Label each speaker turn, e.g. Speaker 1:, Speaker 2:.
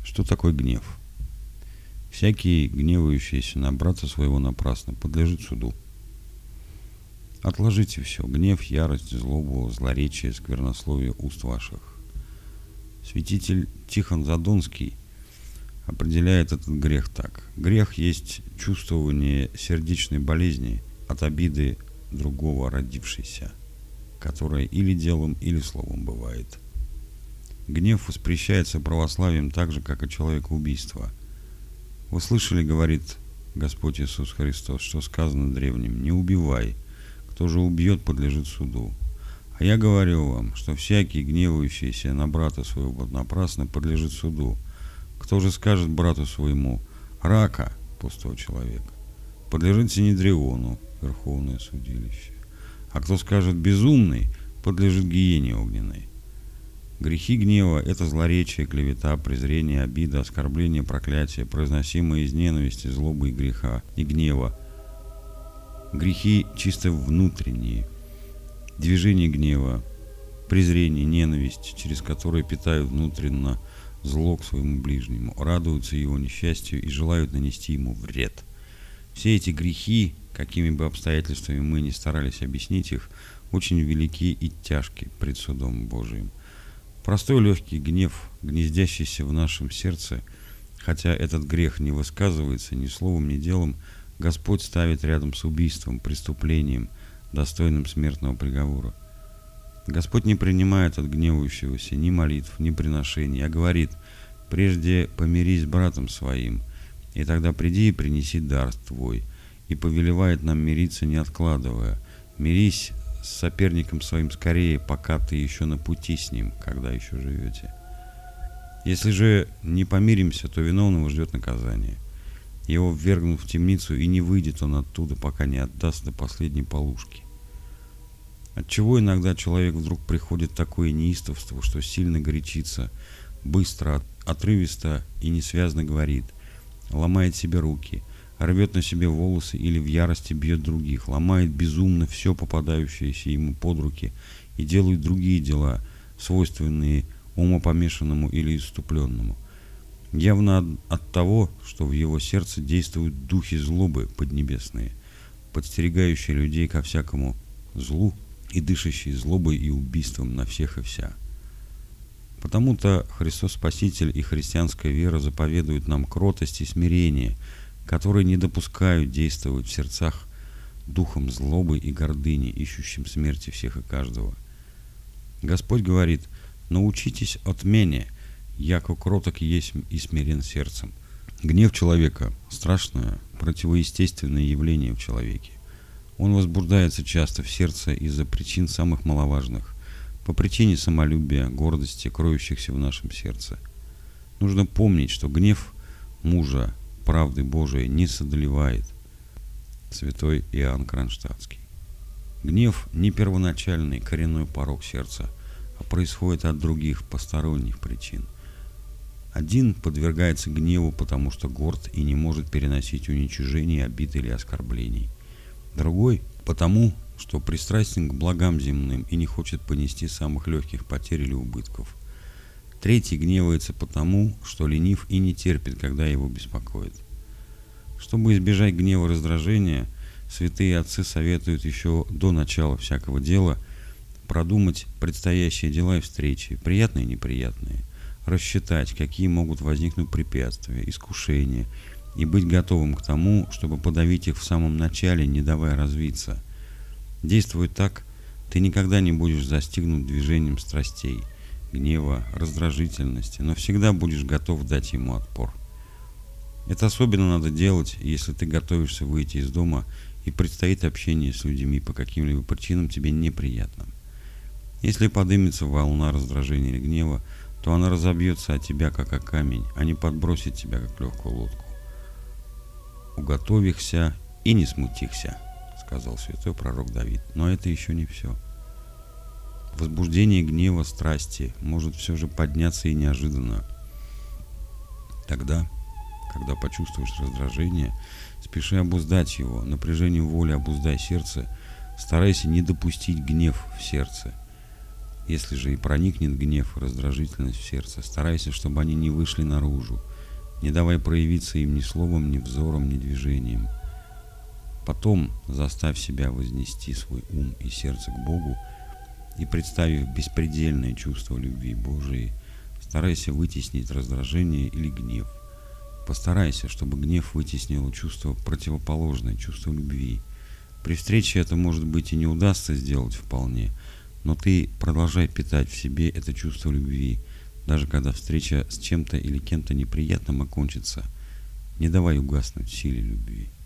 Speaker 1: Что такое гнев? Всякий, гневающийся на брата своего напрасно, подлежит суду. Отложите все: гнев, ярость, злобу, злоречие, сквернословие уст ваших. Святитель Тихон Задонский определяет этот грех так: грех есть чувствование сердечной болезни от обиды другого родившейся, которая или делом, или словом бывает. Гнев воспрещается православием так же, как и человекоубийство. Вы слышали, говорит Господь Иисус Христос, что сказано древним: не убивай, кто же убьет, подлежит суду. А я говорю вам, что всякий, гневающийся на брата своего напрасно, подлежит суду. Кто же скажет брату своему: рака, пустого человека, подлежит Синедриону, Верховное судилище. А кто скажет: безумный, подлежит гиене огненной. Грехи гнева – это злоречие, клевета, презрение, обида, оскорбление, проклятие, произносимые из ненависти, злобы и греха, и гнева. Грехи чисто внутренние, движение гнева, презрение, ненависть, через которые питают внутренно зло к своему ближнему, радуются его несчастью и желают нанести ему вред. Все эти грехи, какими бы обстоятельствами мы ни старались объяснить их, очень велики и тяжки пред судом Божиим. Простой легкий гнев, гнездящийся в нашем сердце, хотя этот грех не высказывается ни словом, ни делом, Господь ставит рядом с убийством, преступлением, достойным смертного приговора. Господь не принимает от гневающегося ни молитв, ни приношений, а говорит: прежде помирись с братом своим, и тогда приди и принеси дар твой, и повелевает нам мириться, не откладывая. Мирись с соперником своим скорее, пока ты еще на пути с ним, когда еще живете. Если же не помиримся, то виновного ждет наказание. Его ввергнут в темницу, и не выйдет он оттуда, пока не отдаст до последней полушки. Отчего иногда человек вдруг приходит в такое неистовство, что сильно горячится, быстро, отрывисто и несвязно говорит, ломает себе руки, рвет на себе волосы или в ярости бьет других, ломает безумно все попадающееся ему под руки и делает другие дела, свойственные умопомешанному или исступленному. Явно от того, что в его сердце действуют духи злобы поднебесные, подстерегающие людей ко всякому злу и дышащие злобой и убийством на всех и вся. Потому-то Христос Спаситель и христианская вера заповедуют нам кротость и смирение, которые не допускают действовать в сердцах духом злобы и гордыни, ищущим смерти всех и каждого. Господь говорит: научитесь от меня, яко кроток есть и смирен сердцем. Гнев человека – страшное, противоестественное явление в человеке. Он возбуждается часто в сердце из-за причин самых маловажных, по причине самолюбия, гордости, кроющихся в нашем сердце. Нужно помнить, что гнев мужа правды Божией не содолевает. Святой Иоанн Кронштадтский. Гнев не первоначальный коренной порок сердца, а происходит от других посторонних причин. Один подвергается гневу, потому что горд и не может переносить уничижений, обид или оскорблений. Другой – потому, что пристрастен к благам земным и не хочет понести самых легких потерь или убытков. Третий гневается потому, что ленив и не терпит, когда его беспокоит. Чтобы избежать гнева и раздражения, святые отцы советуют еще до начала всякого дела продумать предстоящие дела и встречи, приятные и неприятные, рассчитать, какие могут возникнуть препятствия, искушения, и быть готовым к тому, чтобы подавить их в самом начале, не давая развиться. Действуя так, ты никогда не будешь застигнут движением страстей, гнева, раздражительности, но всегда будешь готов дать ему отпор. Это особенно надо делать, если ты готовишься выйти из дома и предстоит общение с людьми по каким-либо причинам тебе неприятным. Если поднимется волна раздражения или гнева, то она разобьется от тебя, как о камень, а не подбросит тебя, как легкую лодку. «Уготовихся и не смутихся», — сказал святой пророк Давид. Но это еще не все. Возбуждение гнева, страсти может все же подняться и неожиданно. Тогда, когда почувствуешь раздражение, спеши обуздать его, напряжением воли обуздай сердце, старайся не допустить гнев в сердце. Если же и проникнет гнев и раздражительность в сердце, старайся, чтобы они не вышли наружу. Не давай проявиться им ни словом, ни взором, ни движением. Потом заставь себя вознести свой ум и сердце к Богу и, представив беспредельное чувство любви Божией, старайся вытеснить раздражение или гнев. Постарайся, чтобы гнев вытеснило чувство противоположное, чувство любви. При встрече это, может быть, и не удастся сделать вполне, но ты продолжай питать в себе это чувство любви, даже когда встреча с чем-то или кем-то неприятным окончится. Не давай угаснуть силе любви.